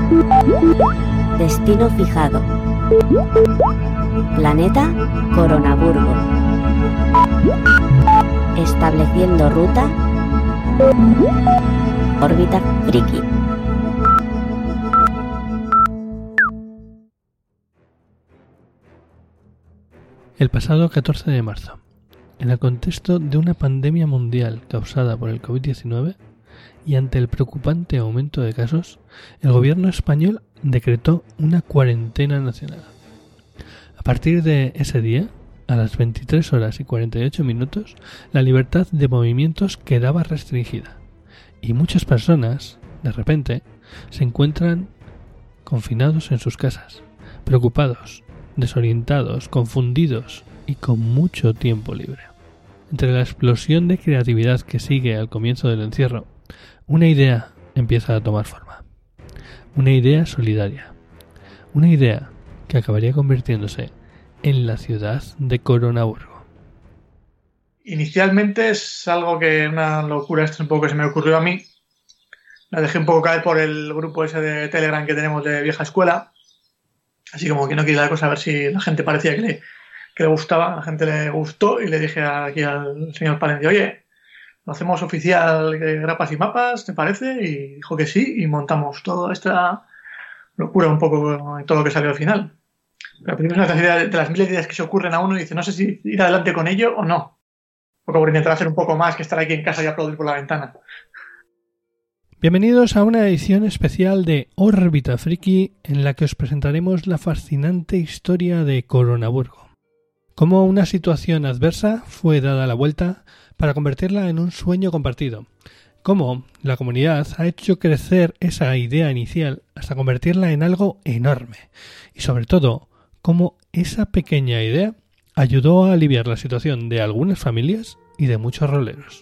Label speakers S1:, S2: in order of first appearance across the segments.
S1: Destino fijado. Planeta Coronaburgo. Estableciendo ruta. Órbita Friki.
S2: El pasado 14 de marzo, en el contexto de una pandemia mundial causada por el COVID-19 y ante el preocupante aumento de casos, el gobierno español decretó una cuarentena nacional. A partir de ese día, a las 23 horas y 48 minutos, la libertad de movimientos quedaba restringida y muchas personas, de repente, se encuentran confinados en sus casas, preocupados, desorientados, confundidos y con mucho tiempo libre. Entre la explosión de creatividad que sigue al comienzo del encierro, una idea empieza a tomar forma. Una idea solidaria. Una idea que acabaría convirtiéndose en la ciudad de Coronaburgo.
S3: Inicialmente es algo que una locura, esto es un poco que se me ocurrió a mí. La dejé un poco caer por el grupo ese de Telegram que tenemos de vieja escuela. Así como que no quería la cosa, a ver si la gente parecía que le gustaba, a la gente le gustó, y le dije aquí al señor Palencia, oye, lo hacemos oficial, grapas y mapas, ¿te parece? Y dijo que sí, y montamos toda esta locura un poco, todo lo que salió al final. Pero primero es una de las miles de ideas que se ocurren a uno y dice, no sé si ir adelante con ello o no. Un poco por intentar hacer un poco más que estar aquí en casa y aplaudir por la ventana.
S2: Bienvenidos a una edición especial de Órbita Friki en la que os presentaremos la fascinante historia de Coronaburgo. Cómo una situación adversa fue dada la vuelta para convertirla en un sueño compartido. Cómo la comunidad ha hecho crecer esa idea inicial hasta convertirla en algo enorme. Y sobre todo, cómo esa pequeña idea ayudó a aliviar la situación de algunas familias y de muchos roleros.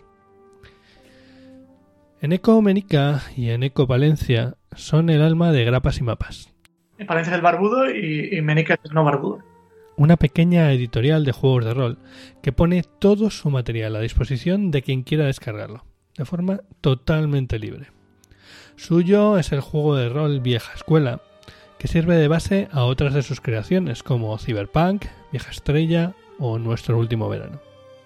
S2: Eneco Menica y Eneco Palencia son el alma de Grapas y Mapas.
S3: Palencia es el barbudo y Menica es el no barbudo.
S2: Una pequeña editorial de juegos de rol que pone todo su material a disposición de quien quiera descargarlo, de forma totalmente libre. Suyo es el juego de rol Vieja Escuela, que sirve de base a otras de sus creaciones como Cyberpunk, Vieja Estrella o Nuestro Último Verano.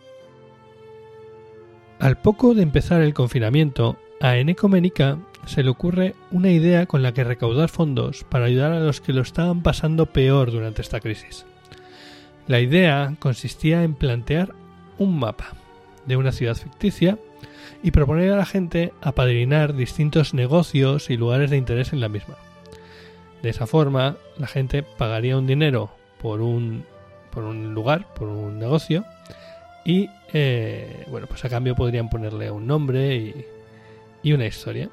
S2: Al poco de empezar el confinamiento, a Eneco Menica se le ocurre una idea con la que recaudar fondos para ayudar a los que lo estaban pasando peor durante esta crisis. La idea consistía en plantear un mapa de una ciudad ficticia y proponer a la gente apadrinar distintos negocios y lugares de interés en la misma. De esa forma, la gente pagaría un dinero por un lugar, por un negocio, y pues a cambio podrían ponerle un nombre y una historia.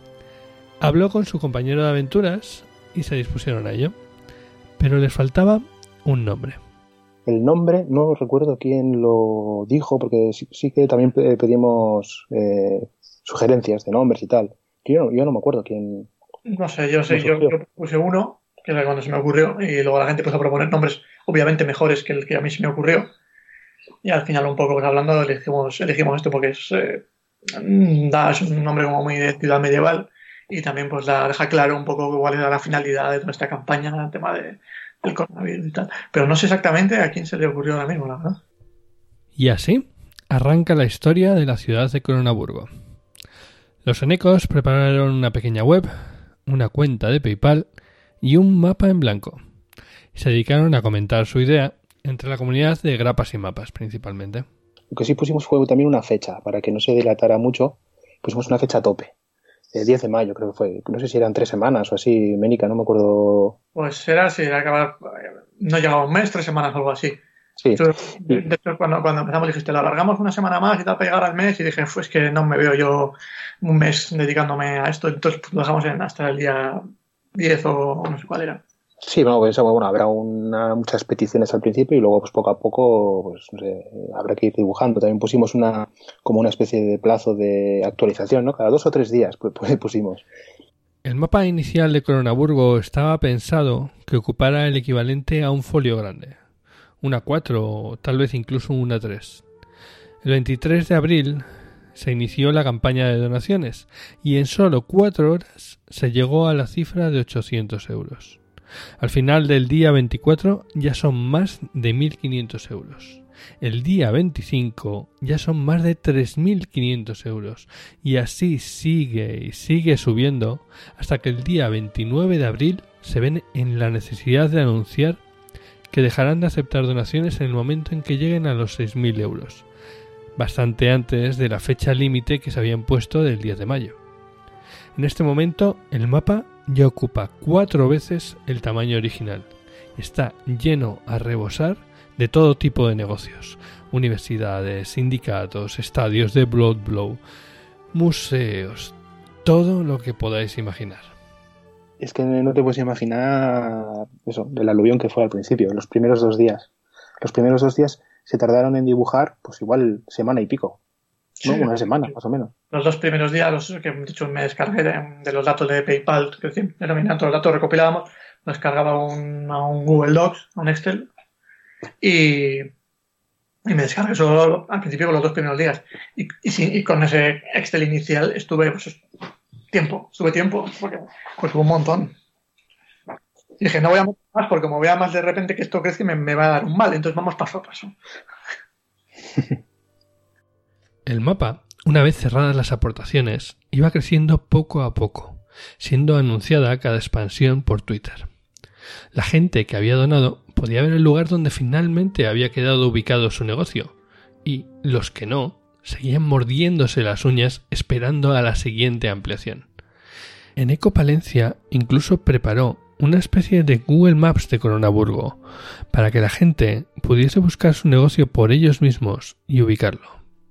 S2: Habló con su compañero de aventuras y se dispusieron a ello, pero les faltaba un nombre.
S4: El nombre no recuerdo quién lo dijo, porque sí que también pedimos sugerencias de nombres y tal. Yo no me acuerdo quién.
S3: No sé, yo puse uno, que era cuando se me ocurrió, y luego la gente empezó a proponer nombres obviamente mejores que el que a mí se me ocurrió. Y al final, un poco pues, hablando, elegimos esto porque es un nombre como muy de ciudad medieval, y también pues deja claro un poco cuál era la finalidad de toda esta campaña, el tema del coronavirus y tal. Pero no sé exactamente a quién se le ocurrió ahora mismo, la verdad.
S2: Y así arranca la historia de la ciudad de Coronaburgo. Los enecos prepararon una pequeña web, una cuenta de PayPal y un mapa en blanco. Y se dedicaron a comentar su idea entre la comunidad de Grapas y Mapas, principalmente.
S4: Lo que sí pusimos fue también una fecha, para que no se dilatara mucho. Pusimos una fecha a tope. El 10 de mayo creo que fue. No sé si eran 3 semanas o así, Menica, no me acuerdo.
S3: Pues era así, no llegaba un mes, 3 semanas o algo así.
S4: Sí.
S3: De hecho, cuando empezamos dijiste, lo alargamos una semana más y tal para llegar al mes, y dije, pues que no me veo yo un mes dedicándome a esto, entonces pues, lo dejamos hasta el día 10 o no sé cuál era.
S4: Sí, bueno, habrá muchas peticiones al principio y luego pues poco a poco pues no sé, habrá que ir dibujando. También pusimos como una especie de plazo de actualización, ¿no? Cada 2 o 3 días pues pusimos.
S2: El mapa inicial de Coronaburgo estaba pensado que ocupara el equivalente a un folio grande, una 4 o tal vez incluso una 3. El 23 de abril se inició la campaña de donaciones y en solo 4 horas se llegó a la cifra de 800 euros. Al final del día 24 ya son más de 1.500 euros. El día 25 ya son más de 3.500 euros y así sigue y sigue subiendo hasta que el día 29 de abril se ven en la necesidad de anunciar que dejarán de aceptar donaciones en el momento en que lleguen a los 6.000 euros, bastante antes de la fecha límite que se habían puesto del 10 de mayo. En este momento el mapa ya ocupa 4 veces el tamaño original. Está lleno a rebosar de todo tipo de negocios, universidades, sindicatos, estadios de Blood Bowl, museos, todo lo que podáis imaginar.
S4: Es que no te puedes imaginar eso, el aluvión que fue al principio, los primeros 2 días. Los primeros 2 días se tardaron en dibujar, pues igual semana y pico, ¿no?
S3: Sí,
S4: una semana, más o menos.
S3: Los 2 primeros días, los que de hecho me descargué de los datos de PayPal, que denominaban todos los datos recopilábamos, los cargaba a un Google Docs, a un Excel, y me descargué solo al principio con los 2 primeros días. Y con ese Excel inicial estuve tiempo, porque hubo un montón. Y dije, no voy a más porque como vea más de repente que esto crece me va a dar un mal, entonces vamos paso a paso.
S2: El mapa, una vez cerradas las aportaciones, iba creciendo poco a poco, siendo anunciada cada expansión por Twitter. La gente que había donado podía ver el lugar donde finalmente había quedado ubicado su negocio, y los que no, seguían mordiéndose las uñas esperando a la siguiente ampliación. En Eco Palencia incluso preparó una especie de Google Maps de Coronaburgo para que la gente pudiese buscar su negocio por ellos mismos y ubicarlo.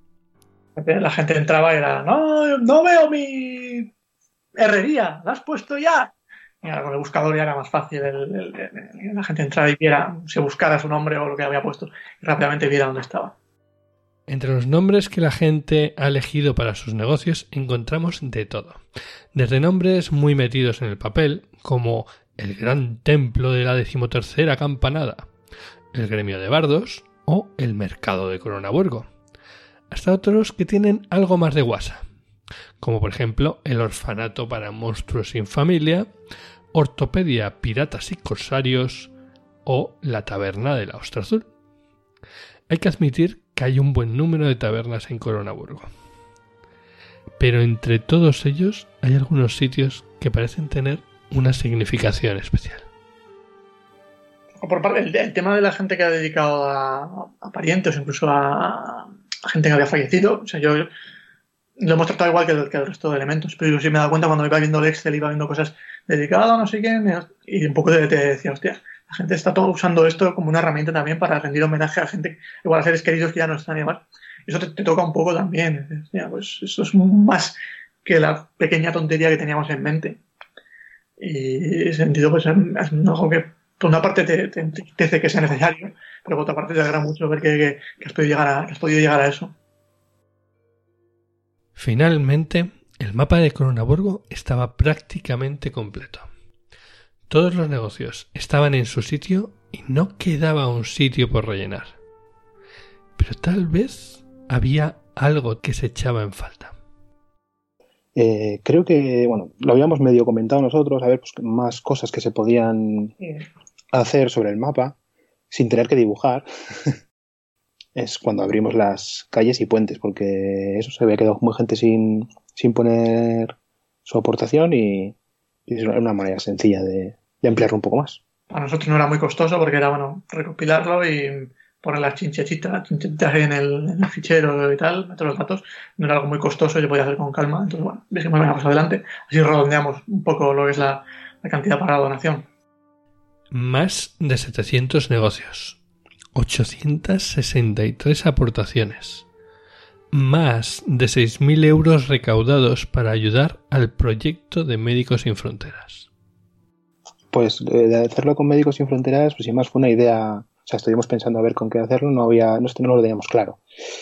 S3: La gente entraba y era, no veo mi herrería, ¿la has puesto ya? Y ahora con el buscador ya era más fácil la gente entrara y viera, se buscara su nombre o lo que había puesto y rápidamente viera dónde estaba.
S2: Entre los nombres que la gente ha elegido para sus negocios encontramos de todo. Desde nombres muy metidos en el papel, como el Gran Templo de la 13ª Campanada, el Gremio de Bardos o el Mercado de Coronaburgo, hasta otros que tienen algo más de guasa, como por ejemplo el Orfanato para Monstruos sin Familia, Ortopedia Piratas y Corsarios o la Taberna de la Ostra Azul. Hay que admitir que hay un buen número de tabernas en Coronaburgo. Pero entre todos ellos hay algunos sitios que parecen tener una significación especial.
S3: Por parte, el tema de la gente que ha dedicado a parientes, incluso a gente que había fallecido, o sea, yo lo hemos tratado igual que el resto de elementos, pero yo sí me he dado cuenta cuando iba viendo el Excel, iba viendo cosas dedicadas a no sé quién, y un poco te decía, hostia, la gente está todo usando esto como una herramienta también para rendir homenaje a gente, igual a seres queridos que ya no están y demás. Eso te toca un poco también. Hostia, pues eso es más que la pequeña tontería que teníamos en mente. Y en ese sentido, pues es algo que por una parte te entristece que sea necesario, pero por otra parte te alegra mucho ver que has podido llegar a eso.
S2: Finalmente, el mapa de Coronaburgo estaba prácticamente completo. Todos los negocios estaban en su sitio y no quedaba un sitio por rellenar. Pero tal vez había algo que se echaba en falta.
S4: Creo que, bueno, lo habíamos medio comentado nosotros, a ver, pues más cosas que se podían hacer sobre el mapa sin tener que dibujar. Es cuando abrimos las calles y puentes, porque eso se había quedado muy gente sin poner su aportación y es una manera sencilla de ampliarlo un poco más.
S3: Para nosotros no era muy costoso porque era, bueno, recopilarlo y poner las chinchechitas en el fichero y tal, meter los datos. No era algo muy costoso y se podía hacer con calma. Entonces, bueno, dijimos, venga, pues adelante. Así redondeamos un poco lo que es la cantidad para la donación.
S2: Más de 700 negocios, 863 aportaciones, más de 6.000 euros recaudados para ayudar al proyecto de Médicos Sin Fronteras.
S4: Pues de hacerlo con Médicos Sin Fronteras, pues sin más fue una idea. O sea, estuvimos pensando a ver con qué hacerlo, no lo teníamos claro.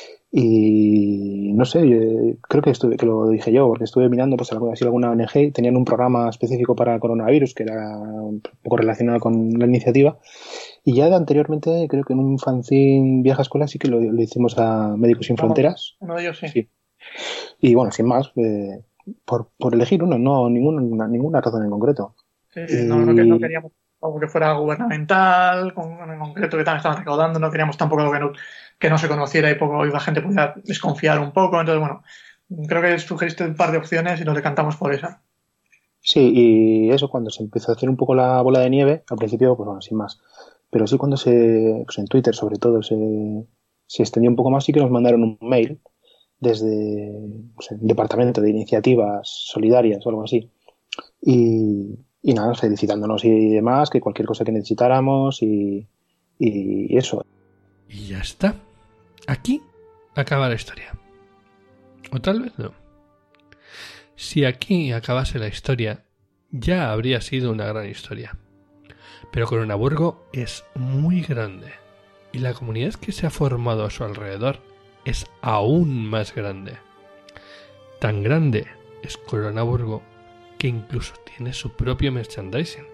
S4: Y no sé, creo que lo dije yo, porque estuve mirando pues alguna ONG, tenían un programa específico para el coronavirus que era un poco relacionado con la iniciativa. Y ya creo que en un fanzine Vieja Escuela sí que lo hicimos a Médicos Sin Fronteras.
S3: Uno de ellos sí.
S4: Sí. Y bueno, sin más, por elegir uno, no ninguna razón en concreto.
S3: Sí, no queríamos algo que fuera gubernamental, en concreto que también estaban recaudando, no queríamos tampoco algo que no se conociera y la gente pudiera desconfiar un poco. Entonces, bueno, creo que sugeriste un par de opciones y nos decantamos por esa.
S4: Sí, y eso cuando se empezó a hacer un poco la bola de nieve, al principio, pues bueno, sin más. Pero sí cuando pues en Twitter sobre todo se extendió un poco más, sí que nos mandaron un mail desde el Departamento de Iniciativas Solidarias o algo así. Y nada, felicitándonos y demás, que cualquier cosa que necesitáramos y eso.
S2: Y ya está. Aquí acaba la historia. O tal vez no. Si aquí acabase la historia, ya habría sido una gran historia. Pero Coronaburgo es muy grande y la comunidad que se ha formado a su alrededor es aún más grande. Tan grande es Coronaburgo que incluso tiene su propio merchandising.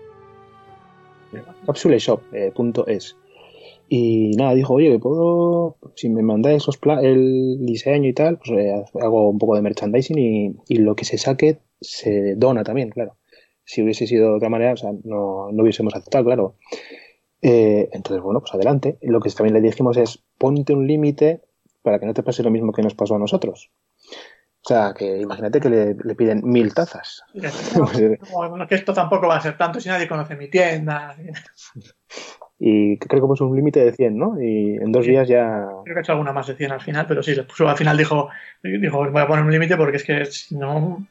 S4: Capsuleshop.es. Y nada, dijo, oye, si me mandáis el diseño y tal, pues hago un poco de merchandising y lo que se saque se dona también, claro. Si hubiese sido de otra manera, o sea, no hubiésemos aceptado, claro. Entonces, bueno, pues adelante. Lo que también le dijimos es, ponte un límite para que no te pase lo mismo que nos pasó a nosotros. O sea, que imagínate que le piden 1000 tazas.
S3: Bueno, que esto tampoco va a ser tanto si nadie conoce mi tienda.
S4: Y creo que puso un límite de 100, ¿no? Y en 2 días ya...
S3: Creo que ha hecho alguna más de 100 al final, pero sí, al final dijo, voy a poner un límite porque es que si no...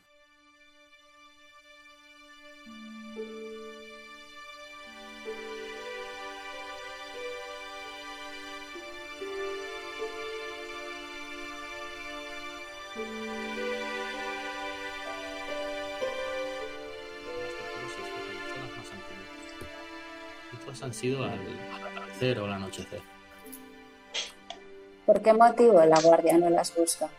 S5: Han sido al atardecer o al anochecer.
S6: ¿Por qué motivo la guardia no las busca?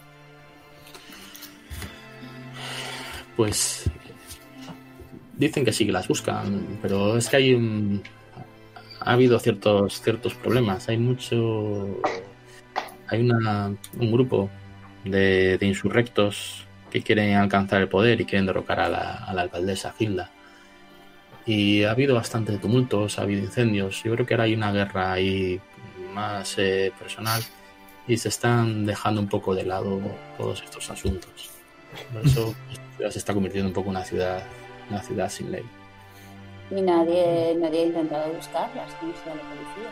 S5: Pues dicen que sí que las buscan, pero es que ha habido ciertos problemas. Hay un grupo de insurrectos que quieren alcanzar el poder y quieren derrocar a la alcaldesa Hilda. Y ha habido bastante tumultos, ha habido incendios. Yo creo que ahora hay una guerra ahí más personal y se están dejando un poco de lado todos estos asuntos. Por eso esta ciudad se está convirtiendo un poco en una ciudad sin ley.
S6: Y nadie ha intentado buscarlas, no sé, a la policía.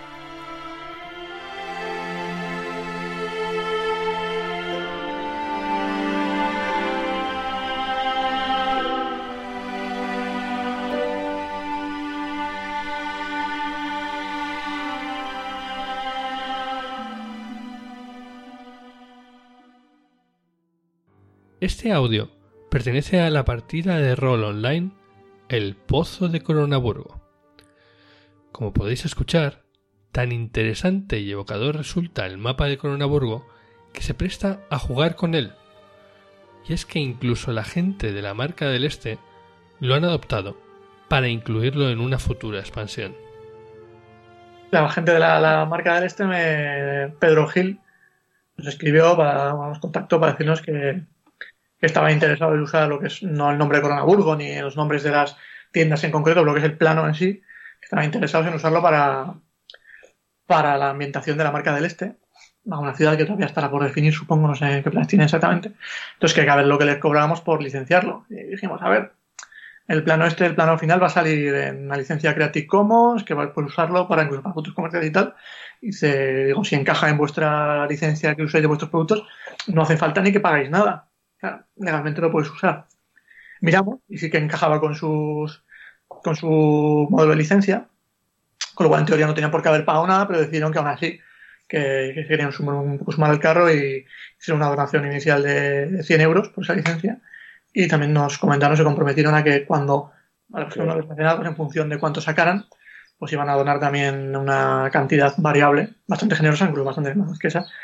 S2: Este audio pertenece a la partida de rol online El Pozo de Coronaburgo. Como podéis escuchar, tan interesante y evocador resulta el mapa de Coronaburgo que se presta a jugar con él. Y es que incluso la gente de la Marca del Este lo han adoptado para incluirlo en una futura expansión.
S3: La gente de la Marca del Este, Pedro Gil, nos escribió, nos contactó para decirnos que estaba interesado en usar lo que es no el nombre de Coronaburgo ni los nombres de las tiendas en concreto, lo que es el plano en sí, que estaban interesados en usarlo para la ambientación de la Marca del Este, a una ciudad que todavía estará por definir, supongo, no sé qué planes tiene exactamente. Entonces que hay que ver lo que les cobrábamos por licenciarlo. Y dijimos, a ver, el plano final va a salir en una licencia Creative Commons, que vais a poder usarlo incluso para productos comerciales y tal. Y si encaja en vuestra licencia que usáis de vuestros productos, no hace falta ni que pagáis nada. Claro, legalmente lo puedes usar. Miramos y sí que encajaba con su modelo de licencia, con lo cual en teoría no tenían por qué haber pagado nada, pero decidieron que aún así que querían un poco sumar el carro y hicieron una donación inicial de 100 euros por esa licencia. Y también nos comentaron, se comprometieron a que cuando, pues en función de cuánto sacaran, pues iban a donar también una cantidad variable, bastante generosa, incluso bastante más que esa,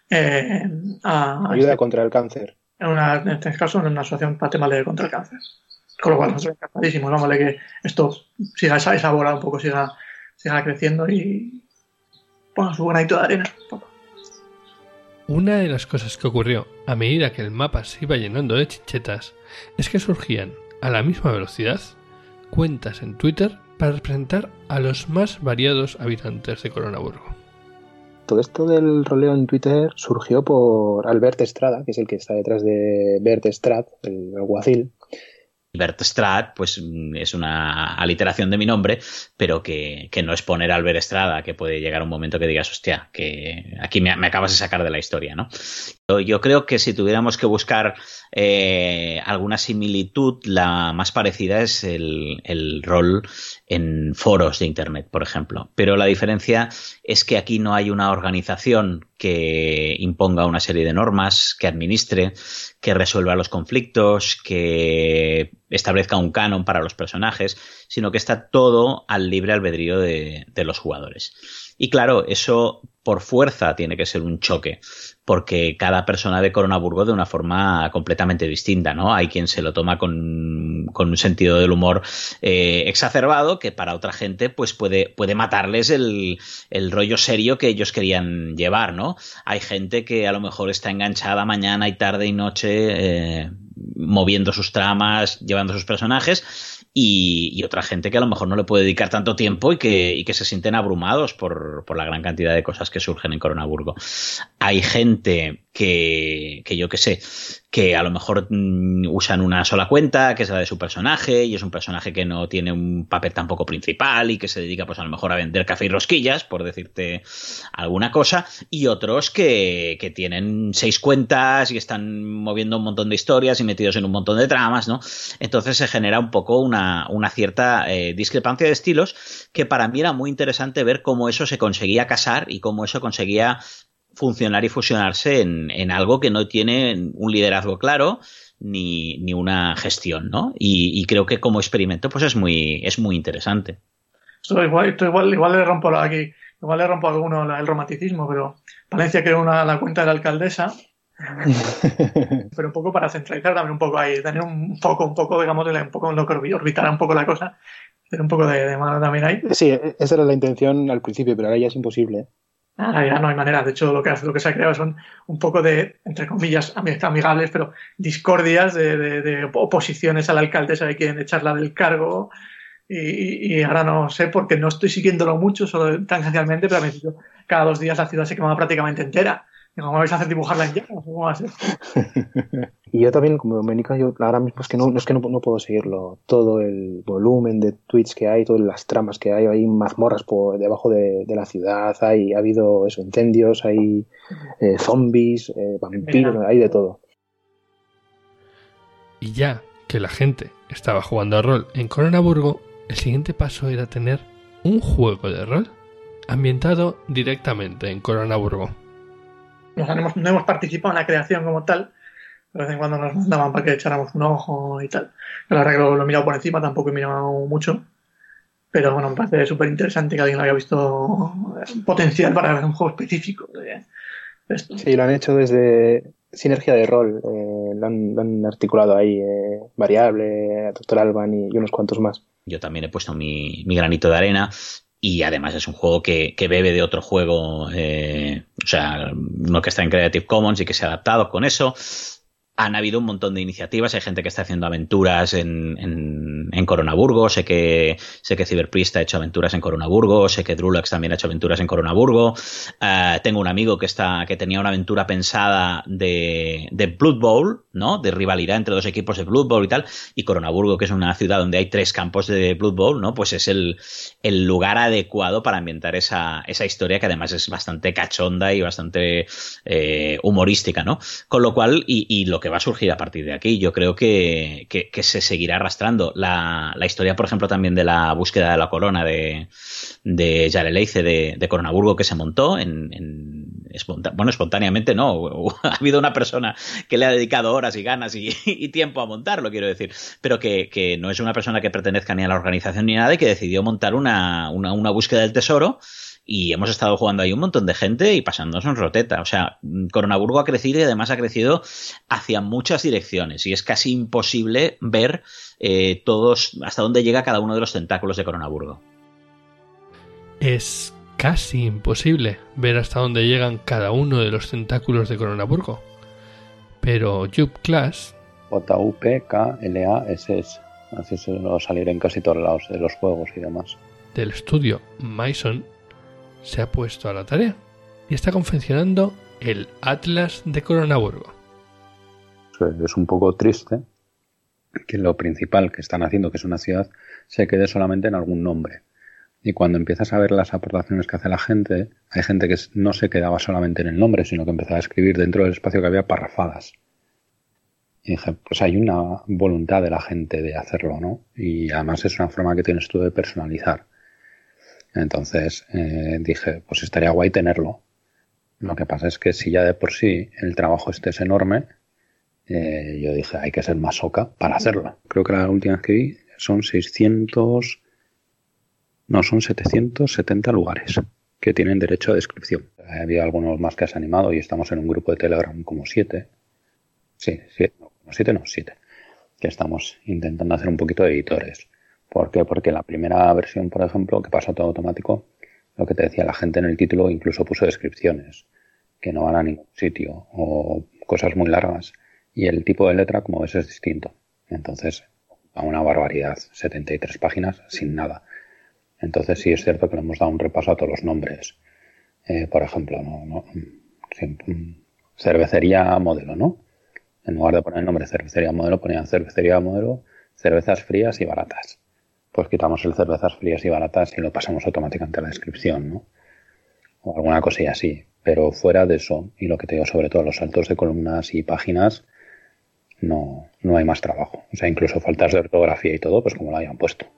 S4: ayuda contra el cáncer.
S3: En este caso, en una asociación para temas de contra el cáncer. Con lo cual, nosotros encantadísimos, vamos a que esto siga esa bola un poco, siga creciendo y ponga su granito de arena.
S2: Una de las cosas que ocurrió a medida que el mapa se iba llenando de chichetas es que surgían, a la misma velocidad, cuentas en Twitter para representar a los más variados habitantes de Coronaburgo.
S4: Todo esto del roleo en Twitter surgió por Albert Estrada, que es el que está detrás de Bert Estrad, el alguacil.
S7: Bert Estrad, pues es una aliteración de mi nombre, pero que no es poner Albert Estrada, que puede llegar un momento que digas, hostia, que aquí me acabas de sacar de la historia, ¿no? Yo creo que si tuviéramos que buscar alguna similitud, la más parecida es el rol en foros de Internet, por ejemplo. Pero la diferencia es que aquí no hay una organización que imponga una serie de normas, que administre, que resuelva los conflictos, que establezca un canon para los personajes, sino que está todo al libre albedrío de los jugadores. Y claro, eso por fuerza tiene que ser un choque, porque cada persona ve Coronaburgo de una forma completamente distinta, ¿no? Hay quien se lo toma con un sentido del humor exacerbado, que para otra gente pues puede matarles el rollo serio que ellos querían llevar, ¿no? Hay gente que a lo mejor está enganchada mañana y tarde y noche moviendo sus tramas, llevando sus personajes, y otra gente que a lo mejor no le puede dedicar tanto tiempo y que se sienten abrumados por la gran cantidad de cosas que surgen en Coronaburgo. Hay gente que yo qué sé, que a lo mejor usan una sola cuenta, que es la de su personaje, y es un personaje que no tiene un papel tampoco principal y que se dedica pues a lo mejor a vender café y rosquillas, por decirte alguna cosa, y otros que tienen 6 cuentas y están moviendo un montón de historias y metidos en un montón de tramas, ¿no? Entonces se genera un poco una cierta discrepancia de estilos, que para mí era muy interesante ver cómo eso se conseguía casar y cómo eso conseguía funcionar y fusionarse en algo que no tiene un liderazgo claro ni una gestión, ¿no? Y creo que como experimento pues es muy interesante.
S3: Esto igual le rompo aquí, igual le rompo a alguno el romanticismo, pero Palencia creó la cuenta de la alcaldesa, pero un poco para centralizar también un poco ahí, tener un poco, digamos, un poco en lo que orbitara un poco la cosa, tener un poco de mano también ahí.
S4: Sí, esa era la intención al principio, pero ahora ya es imposible.
S3: Ya no hay manera. De hecho, lo que se ha creado son un poco de, entre comillas, amigables, pero discordias de oposiciones a la alcaldesa que quieren echarla del cargo. Y ahora no sé, porque no estoy siguiéndolo mucho, solo tangencialmente, pero a veces cada 2 días la ciudad se quemaba prácticamente entera. ¿Cómo vais a hacer dibujarla en llamas? ¿Cómo va a ser?
S4: Y yo también, como Doménica, yo ahora mismo no puedo seguirlo. Todo el volumen de tweets que hay, todas las tramas que hay mazmorras por debajo de la ciudad, ha habido incendios, hay zombies, vampiros, hay de todo.
S2: Y ya que la gente estaba jugando a rol en Coronaburgo, el siguiente paso era tener un juego de rol ambientado directamente en Coronaburgo.
S3: No hemos participado en la creación como tal, de vez en cuando nos mandaban para que echáramos un ojo y tal. Pero la verdad que lo he mirado por encima, tampoco he mirado mucho. Pero bueno, me parece súper interesante que alguien lo haya visto potencial para hacer un juego específico de esto.
S4: Sí, lo han hecho desde Sinergia de Rol, lo han articulado ahí, Variable, Dr. Alban y unos cuantos más.
S7: Yo también he puesto mi granito de arena. Y además es un juego que bebe de otro juego, o sea, uno que está en Creative Commons y que se ha adaptado con eso. Han habido un montón de iniciativas, hay gente que está haciendo aventuras en Coronaburgo, sé que Cyberpriest ha hecho aventuras en Coronaburgo, sé que Drulax también ha hecho aventuras en Coronaburgo. Tengo un amigo que tenía una aventura pensada de Blood Bowl, ¿no? De rivalidad entre 2 equipos de Blood Bowl y tal, y Coronaburgo, que es una ciudad donde hay 3 campos de Blood Bowl, ¿no? Pues es el lugar adecuado para ambientar esa historia, que además es bastante cachonda y bastante humorística, ¿no? Con lo cual, y lo que va a surgir a partir de aquí, yo creo que se seguirá arrastrando. La historia, por ejemplo, también de la búsqueda de la corona de Yareleice de Coronaburgo, que se montó espontáneamente no, ha habido una persona que le ha dedicado horas y ganas y tiempo a montarlo, quiero decir, pero que no es una persona que pertenezca ni a la organización ni nada, y que decidió montar una búsqueda del tesoro. Y hemos estado jugando ahí un montón de gente y pasándonos en roteta. O sea, Coronaburgo ha crecido, y además ha crecido hacia muchas direcciones. Y es casi imposible ver todos hasta dónde llega cada uno de los tentáculos de Coronaburgo.
S2: Es casi imposible ver hasta dónde llegan cada uno de los tentáculos de Coronaburgo. Pero Jup Class,
S4: JUPKLASS, así se lo salir en casi todos lados de los juegos y demás,
S2: del estudio Mason, se ha puesto a la tarea y está confeccionando el Atlas de Coronaburgo.
S4: Es un poco triste que lo principal que están haciendo, que es una ciudad, se quede solamente en algún nombre. Y cuando empiezas a ver las aportaciones que hace la gente, hay gente que no se quedaba solamente en el nombre, sino que empezaba a escribir dentro del espacio que había parrafadas. Y dije, pues hay una voluntad de la gente de hacerlo, ¿no? Y además es una forma que tienes tú de personalizar. Entonces dije, pues estaría guay tenerlo. Lo que pasa es que si ya de por sí el trabajo este es enorme, yo dije, hay que ser masoca para hacerlo. Creo que la última vez que vi son 770 lugares que tienen derecho a descripción. Ha habido algunos más que has animado y estamos en un grupo de Telegram como 7. Sí, 7, que estamos intentando hacer un poquito de editores. ¿Por qué? Porque la primera versión, por ejemplo, que pasó todo automático, lo que te decía la gente en el título incluso puso descripciones que no van a ningún sitio o cosas muy largas. Y el tipo de letra, como ves, es distinto. Entonces, a una barbaridad, 73 páginas sin nada. Entonces sí es cierto que le hemos dado un repaso a todos los nombres. Por ejemplo, cervecería modelo, ¿no? En lugar de poner el nombre cervecería modelo, ponían cervecería modelo, cervezas frías y baratas. Pues quitamos el cervezas frías y baratas y lo pasamos automáticamente a la descripción, ¿no? O alguna cosilla así. Pero fuera de eso, y lo que te digo sobre todo, los saltos de columnas y páginas, no hay más trabajo. O sea, incluso faltas de ortografía y todo, pues como lo hayan puesto.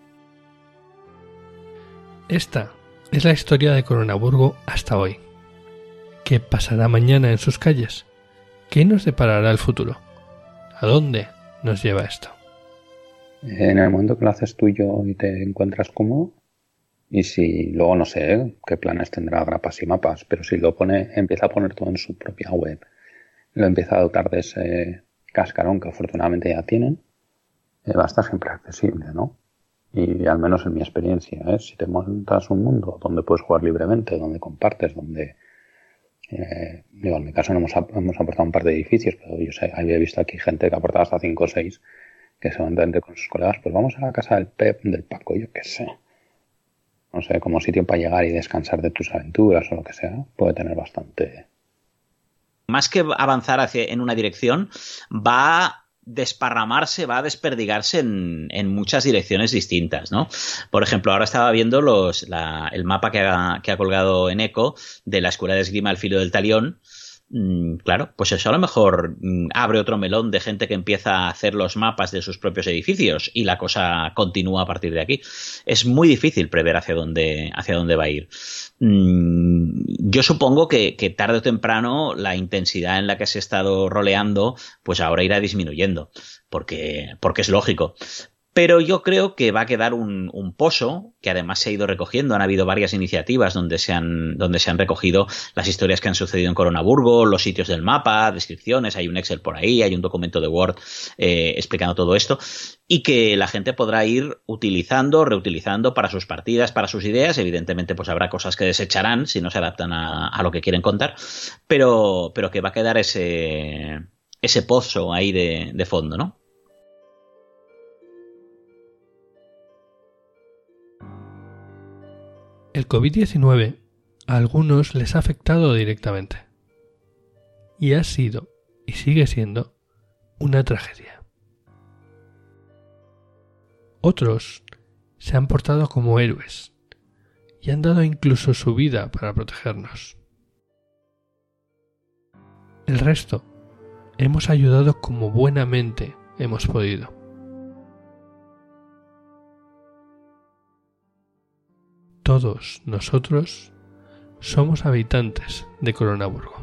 S2: Esta es la historia de Coronaburgo hasta hoy. ¿Qué pasará mañana en sus calles? ¿Qué nos deparará el futuro? ¿A dónde nos lleva esto?
S4: En el momento que lo haces tuyo y te encuentras cómodo, y si luego no sé qué planes tendrá Grapas y Mapas, pero si lo empieza a poner todo en su propia web, lo empieza a dotar de ese cascarón que afortunadamente ya tienen, va a estar siempre accesible, ¿no? Y al menos en mi experiencia, si te montas un mundo donde puedes jugar libremente, donde compartes, donde en mi caso no hemos aportado un par de edificios, pero yo sé, había visto aquí gente que ha aportado hasta 5 o 6, que se van con sus colegas, pues vamos a la casa del Pep, del Paco, yo qué sé. No sé, como sitio para llegar y descansar de tus aventuras o lo que sea, puede tener bastante.
S7: Más que avanzar en una dirección, va a desparramarse, va a desperdigarse en muchas direcciones distintas, ¿no? Por ejemplo, ahora estaba viendo el mapa que ha colgado en Eco de la Escuela de Esgrima al Filo del Talión. Claro, pues eso a lo mejor abre otro melón de gente que empieza a hacer los mapas de sus propios edificios y la cosa continúa a partir de aquí. Es muy difícil prever hacia dónde va a ir. Yo supongo que tarde o temprano la intensidad en la que se ha estado roleando, pues ahora irá disminuyendo, porque es lógico. Pero yo creo que va a quedar un pozo que además se ha ido recogiendo. Han habido varias iniciativas donde se han recogido las historias que han sucedido en Coronaburgo, los sitios del mapa, descripciones, hay un Excel por ahí, hay un documento de Word explicando todo esto, y que la gente podrá ir utilizando, reutilizando para sus partidas, para sus ideas. Evidentemente pues habrá cosas que desecharán si no se adaptan a lo que quieren contar, pero que va a quedar ese pozo ahí de fondo, ¿no?
S2: El COVID-19 a algunos les ha afectado directamente. Y ha sido, y sigue siendo, una tragedia. Otros se han portado como héroes y han dado incluso su vida para protegernos. El resto hemos ayudado como buenamente hemos podido. Todos nosotros somos habitantes de Coronaburgo.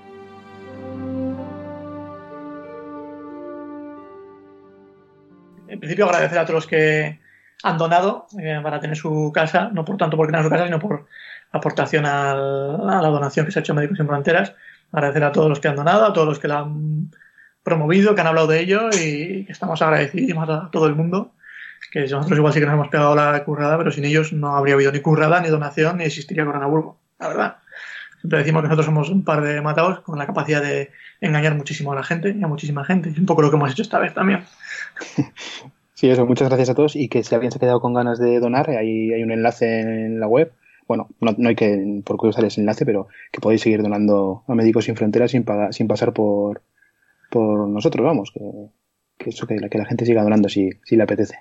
S3: En principio agradecer a todos los que han donado para tener su casa, no por tanto porque tengan su casa, sino por aportación a la donación que se ha hecho en Médicos Sin Fronteras. Agradecer a todos los que han donado, a todos los que la han promovido, que han hablado de ello y que estamos agradecidísimos a todo el mundo Que nosotros igual sí que nos hemos pegado la currada, pero sin ellos no habría habido ni currada, ni donación, ni existiría Coronaburgo, la verdad. Siempre decimos que nosotros somos un par de matados con la capacidad de engañar muchísimo a la gente y a muchísima gente. Es un poco lo que hemos hecho esta vez también.
S4: Sí, eso, muchas gracias a todos y que si alguien se ha quedado con ganas de donar, ahí hay un enlace en la web. Bueno, no hay que por qué usar ese enlace, pero que podéis seguir donando a Médicos Sin Fronteras sin pasar por nosotros, vamos, que eso, que la gente siga donando si le apetece.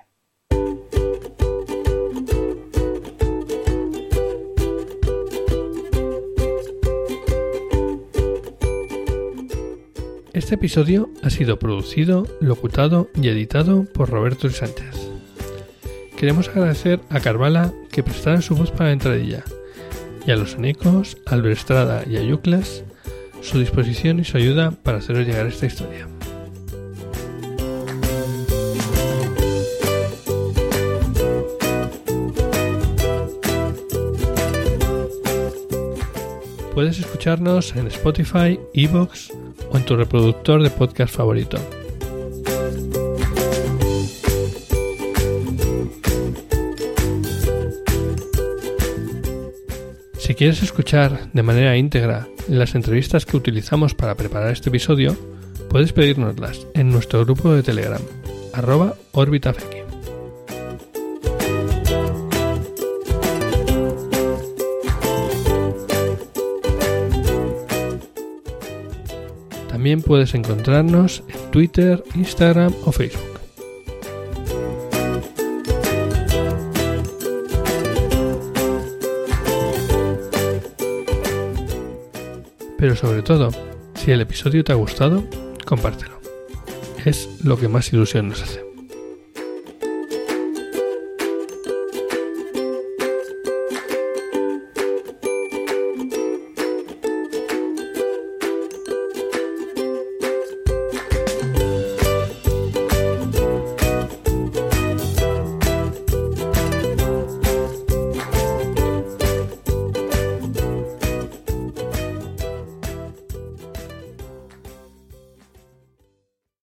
S2: Este episodio ha sido producido, locutado y editado por Roberto Sánchez. Queremos agradecer a Carvala que prestara su voz para la entradilla, y a los Enecos, a Albert Estrada y a Yuclas su disposición y su ayuda para haceros llegar esta historia. Puedes escucharnos en Spotify, iVoox o en tu reproductor de podcast favorito. Si quieres escuchar de manera íntegra las entrevistas que utilizamos para preparar este episodio, puedes pedírnoslas en nuestro grupo de Telegram, @orbitafeki. También puedes encontrarnos en Twitter, Instagram o Facebook. Pero sobre todo, si el episodio te ha gustado, compártelo. Es lo que más ilusión nos hace.